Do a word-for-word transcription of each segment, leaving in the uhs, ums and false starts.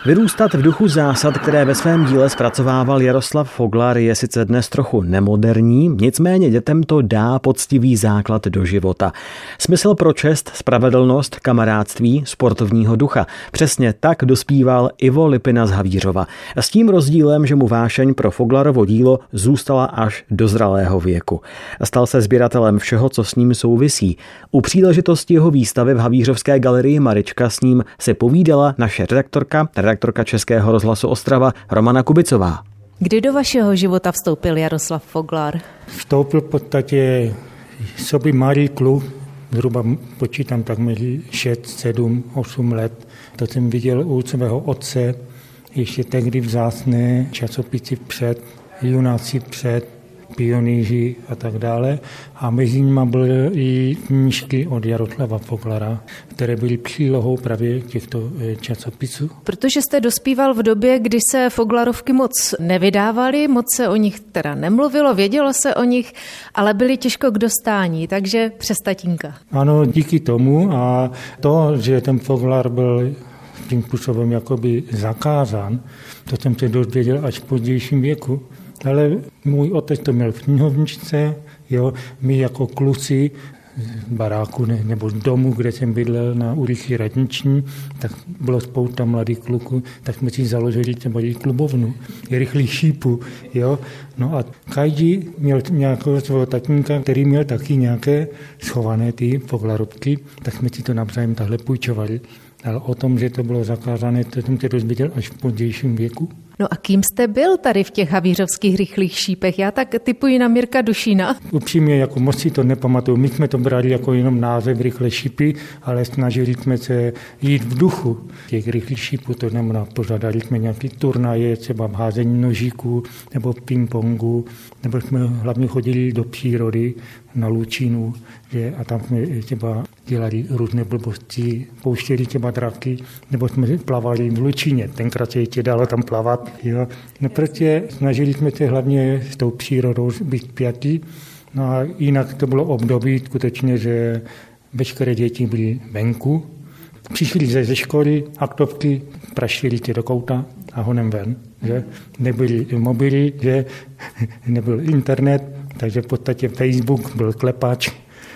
Vyrůstat v duchu zásad, které ve svém díle zpracovával Jaroslav Foglar, je sice dnes trochu nemoderní, nicméně dětem to dá poctivý základ do života. Smysl pro čest, spravedlnost, kamarádství, sportovního ducha. Přesně tak dospíval Ivo Lipina z Havířova. S tím rozdílem, že mu vášeň pro Foglarovo dílo zůstala až do zralého věku. Stal se sběratelem všeho, co s ním souvisí. U příležitosti jeho výstavy v Havířovské galerii Marička s ním se povídala naše redaktorka, redaktorka Českého rozhlasu Ostrava Romana Kubicová. Kdy do vašeho života vstoupil Jaroslav Foglar? Vstoupil v podstatě sobě malý kluk, zhruba počítám tak mezi šest, sedm, osm let. To jsem viděl u svého otce, ještě tehdy vzácné časopisy před, junáci před, pionýři a tak dále. A mezi nimi byly i knížky od Jaroslava Foglara, které byly přílohou právě těchto časopisů. Protože jste dospíval v době, kdy se Foglarovky moc nevydávaly, moc se o nich teda nemluvilo, vědělo se o nich, ale byly těžko k dostání, takže přes tatínka. Ano, díky tomu a to, že ten Foglar byl tím způsobem jakoby zakázán, to jsem se dozvěděl až v pozdějším věku. Ale můj otec to měl v knihovničce, jo, my jako kluci z baráku ne, nebo z domu, kde jsem bydlel na ulici Radniční, tak bylo spousta mladých kluků, tak jsme si založili třeba i klubovnu, i rychlý šípu, jo. No a každý měl nějakého svého tatínka, který měl taky nějaké schované ty Foglarovky, tak jsme si to navzájem tahle půjčovali. Ale o tom, že to bylo zakázané, to jsem se dozvěděl až v pozdějším věku. No a kým jste byl tady v těch havířovských rychlých šípech? Já tak tipuji na Mirka Dušína. Upřímně, jako moc si to nepamatuju. My jsme to brali jako jenom název rychlé šípy, ale snažili jsme se jít v duchu těch rychlých šípů. To znamená, pořádali jsme nějaký turnaje, třeba v házení nožíků nebo ping-pongu, nebo jsme hlavně chodili do přírody na Lučínu, že, a tam jsme třeba dělali různé blbosti, pouštěli třeba draky, nebo jsme plavali v Lučíně. Tenkrát se ještě dalo tam plavat. Jo. No prostě snažili jsme se hlavně s tou přírodou být pětí. No a jinak to bylo období skutečně, že veškeré děti byly venku. Přišli ze, ze školy, aktovky, prašili tě do kouta a honem ven. Že? Nebyly mobily, že? Nebyl internet, takže v podstatě Facebook byl klepač.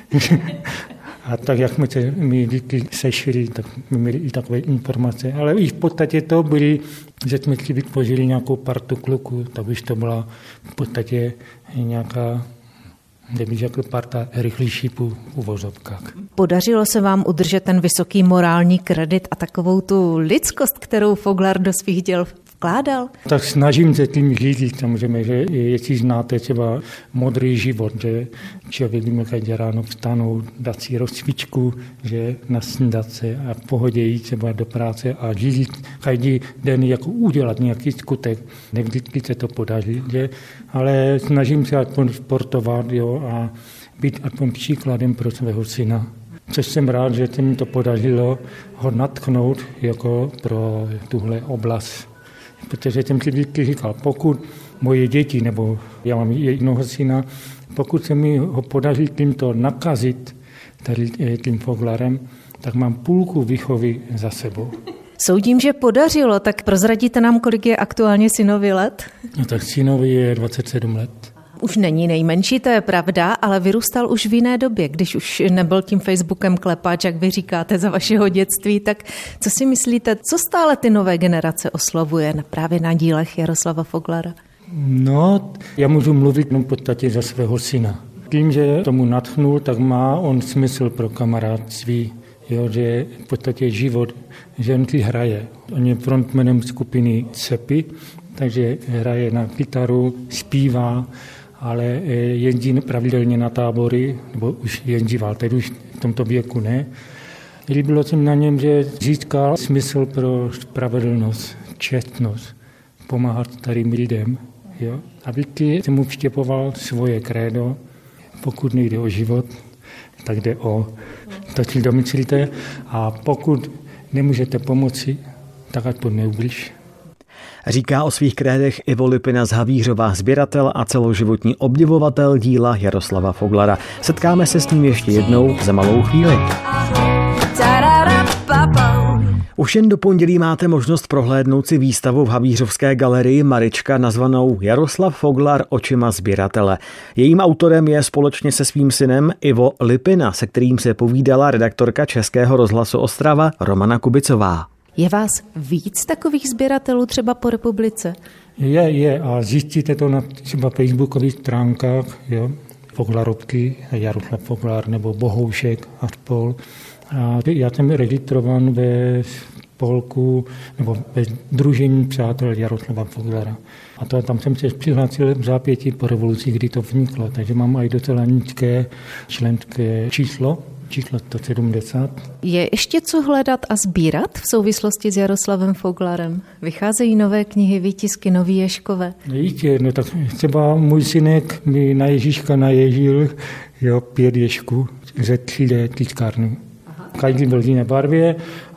A tak, jak jsme se my vždycky sešli, tak jsme měli i takové informace. Ale i v podstatě to byly, že jsme si vytvořili nějakou partu kluků, tak už to byla v podstatě nějaká, nebych řekl, parta rychlých šípů v uvozovkách. Podařilo se vám udržet ten vysoký morální kredit a takovou tu lidskost, kterou Foglar do svých děl vkládal? Tak snažím se tím říct, samozřejmě, že jestli znáte třeba Modrý život, že člověk by měl každý ráno vstanou, dát si rozcvičku, že na snídace a v pohodě jít třeba do práce a žít každý den jako udělat nějaký skutek. Nevždycky se to podaří, že? Ale snažím se aspoň sportovat, jo, a být aspoň příkladem pro svého syna. Což jsem rád, že se mi to podařilo ho natknout jako pro tuhle oblast. Protože jsem si vždycky říkal, pokud moje děti, nebo já mám jednoho syna, pokud se mi ho podaří tímto nakazit, tady tím Foglarem, tak mám půlku výchovy za sebou. Soudím, že podařilo, tak prozradíte nám, kolik je aktuálně synovi let? No tak synovi je dvacet sedm let. Už není nejmenší, to je pravda, ale vyrůstal už v jiné době, když už nebyl tím Facebookem klepáč, jak vy říkáte, za vašeho dětství. Tak co si myslíte, co stále ty nové generace oslovuje právě na dílech Jaroslava Foglara? No, já můžu mluvit v podstatě za svého syna. Tím, že tomu nadchnul, tak má on smysl pro kamarádství, jo, že v podstatě život, že on si hraje. On je frontmanem skupiny Cepy, takže hraje na kytaru, zpívá, ale jezdí pravidelně na tábory, nebo už jezdíval, teď už v tomto věku ne. Líbilo se na něm, že získal smysl pro spravedlnost, čestnost, pomáhat starým lidem. Jo? A vždycky jsem mu vštěpoval svoje krédo, pokud nejde o život, tak jde o to, si domyslíte, a pokud nemůžete pomoci, tak ať to neubliž. Říká o svých krédech Ivo Lipina z Havířova, sběratel a celoživotní obdivovatel díla Jaroslava Foglara. Setkáme se s ním ještě jednou za malou chvíli. Už jen do pondělí máte možnost prohlédnout si výstavu v Havířovské galerii Marička nazvanou Jaroslav Foglar očima sběratele. Jejím autorem je společně se svým synem Ivo Lipina, se kterým se povídala redaktorka Českého rozhlasu Ostrava Romana Kubicová. Je vás víc takových sběratelů třeba po republice? Je, je a zjistíte to na třeba facebookových stránkách, jo, Foglarovky, Jaroslav Foglar nebo Bohoušek a spol. A já jsem registrován ve spolku nebo ve Sdružení přátel Jaroslava Foglara. A to, tam jsem se přihlásil v zápětí po revoluci, kdy to vzniklo, takže mám i docela nízké členské číslo. Číslo sto sedmdesát. Je ještě co hledat a sbírat v souvislosti s Jaroslavem Foglarem? Vycházejí nové knihy, výtisky, nový Ježkové. Víte, no tak třeba můj synek mi na Ježíška naježil jo, pět Ježků ze tří D tiskárny. Každý byl v jiné barvě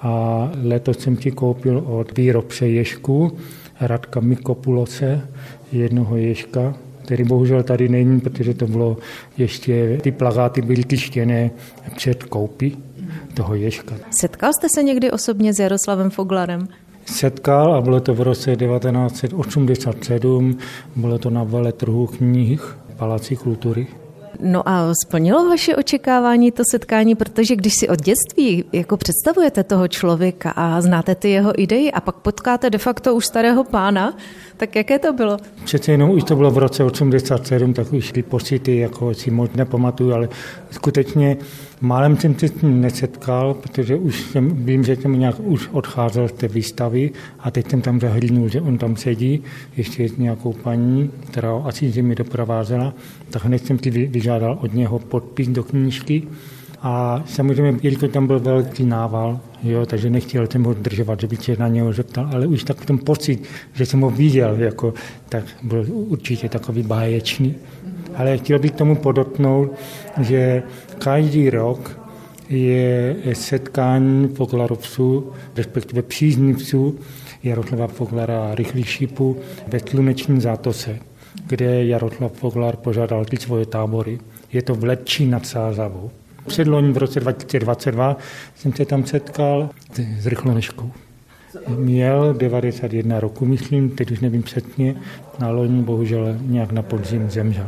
a letos jsem ti koupil od výrobce Ježků Radka Mikopulose jednoho Ježka, který bohužel tady není, protože to bylo ještě, ty plakáty byly tištěné před koupí toho Ježka. Setkal jste se někdy osobně s Jaroslavem Foglarem? Setkal a bylo to v roce devatenáct set osmdesát sedm, bylo to na veletrhu knih Paláci kultury. No a splnilo vaše očekávání to setkání, protože když si od dětství jako představujete toho člověka a znáte ty jeho idei a pak potkáte de facto už starého pána, tak jaké to bylo? Přece jenom už to bylo v roce osmdesát sedm, tak už ty pocity, jako si moc nepamatuju, ale skutečně málem jsem se s ním nesetkal, protože už jsem, vím, že jsem nějak už odcházel z té výstavy a teď jsem tam zahlídnul, že on tam sedí, ještě s nějakou paní, která asi že mi doprovázela, tak hned jsem si vyžádal od něho podpis do knížky. A samozřejmě, jelikož tam byl velký nával, jo, takže nechtěl jsem ho držovat, že bych se na něho zeptal, ale už tak ten pocit, že jsem ho viděl, jako, tak byl určitě takový báječný. Ale chtěl bych tomu podotknout, že každý rok je setkání Foglarovců, respektive příznivců Jaroslava Foglara a Rychlých šípů ve Slunečním zátoce, kde Jaroslav Foglar požádal ty svoje tábory. Je to v Letčí nad Sázavou. Předloni v roce dva tisíce dvacet dva jsem se tam setkal s Rychlonožkou. Měl devadesát jedna roku, myslím, teď už nevím přesně, na loni bohužel nějak na podzim zemřel.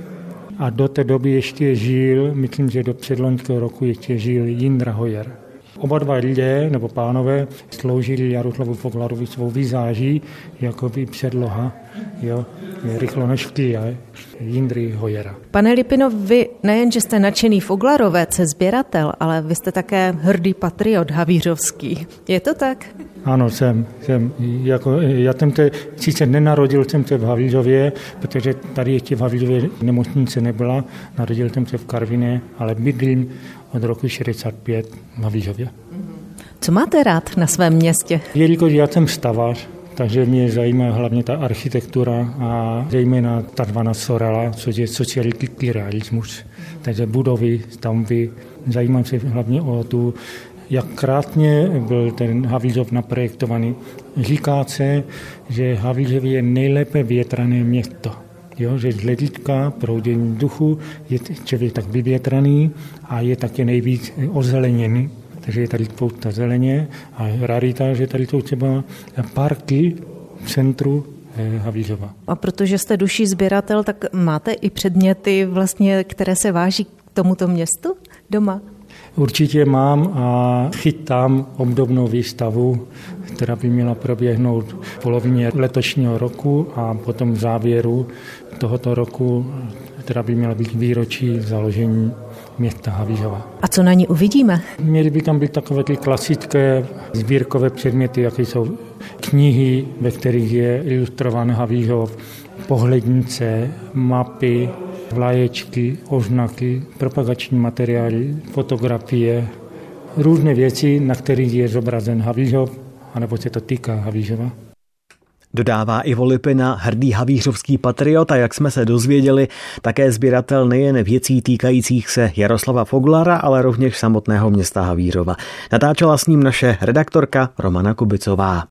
A do té doby ještě žil, myslím, že do předloňského roku ještě žil Jindra Hojer. Oba dva lidé, nebo pánové, sloužili Jaroslavu Foglarovi svou vizáží jako by předloha, jo, Rychlonožky a Jindry Hojera. Pane Lipino, vy nejen, že jste nadšený Foglarovec, sběratel, ale vy jste také hrdý patriot havířovský. Je to tak? Ano, jsem. jsem. Jako, já jsem se, sice nenarodil jsem se v Havířově, protože tady ještě v Havířově nemocnice nebyla, narodil jsem se v Karviné, ale bydlím od roku šedesát pět v Havířově. Co máte rád na svém městě? Jelikož já jsem stavař, takže mě zajímá hlavně ta architektura a zejména ta zvaná Sorela, což je socialistický realismus. Takže budovy, stavby, zajímám se hlavně o tu, jak krásně byl ten Havířov naprojektovaný. Říká se, že Havířov je nejlépe větrané město. Jo, že z hlediska proudění vzduchu je člověk tak vyvětraný a je také nejvíc ozeleněný. Takže je tady spousta zeleně a rarita, že tady jsou třeba parky v centru Havířova. A protože jste duší sběratel, tak máte i předměty, vlastně, které se váží k tomuto městu doma? Určitě mám a chytám obdobnou výstavu, která by měla proběhnout v polovině letošního roku a potom v závěru tohoto roku, která by měla být výročí založení města Havířova. A co na ní uvidíme? Měly by tam být takové ty klasické sbírkové předměty, jaké jsou knihy, ve kterých je ilustrován Havířov, pohlednice, mapy, vlaječky, oznaky, propagační materiály, fotografie, různé věci, na kterých je zobrazen Havířov, anebo se to týká Havířova. Dodává Ivo Lipina, hrdý havířovský patriot a jak jsme se dozvěděli, také sběratel nejen věcí týkajících se Jaroslava Foglara, ale rovněž samotného města Havířova. Natáčela s ním naše redaktorka Romana Kubicová.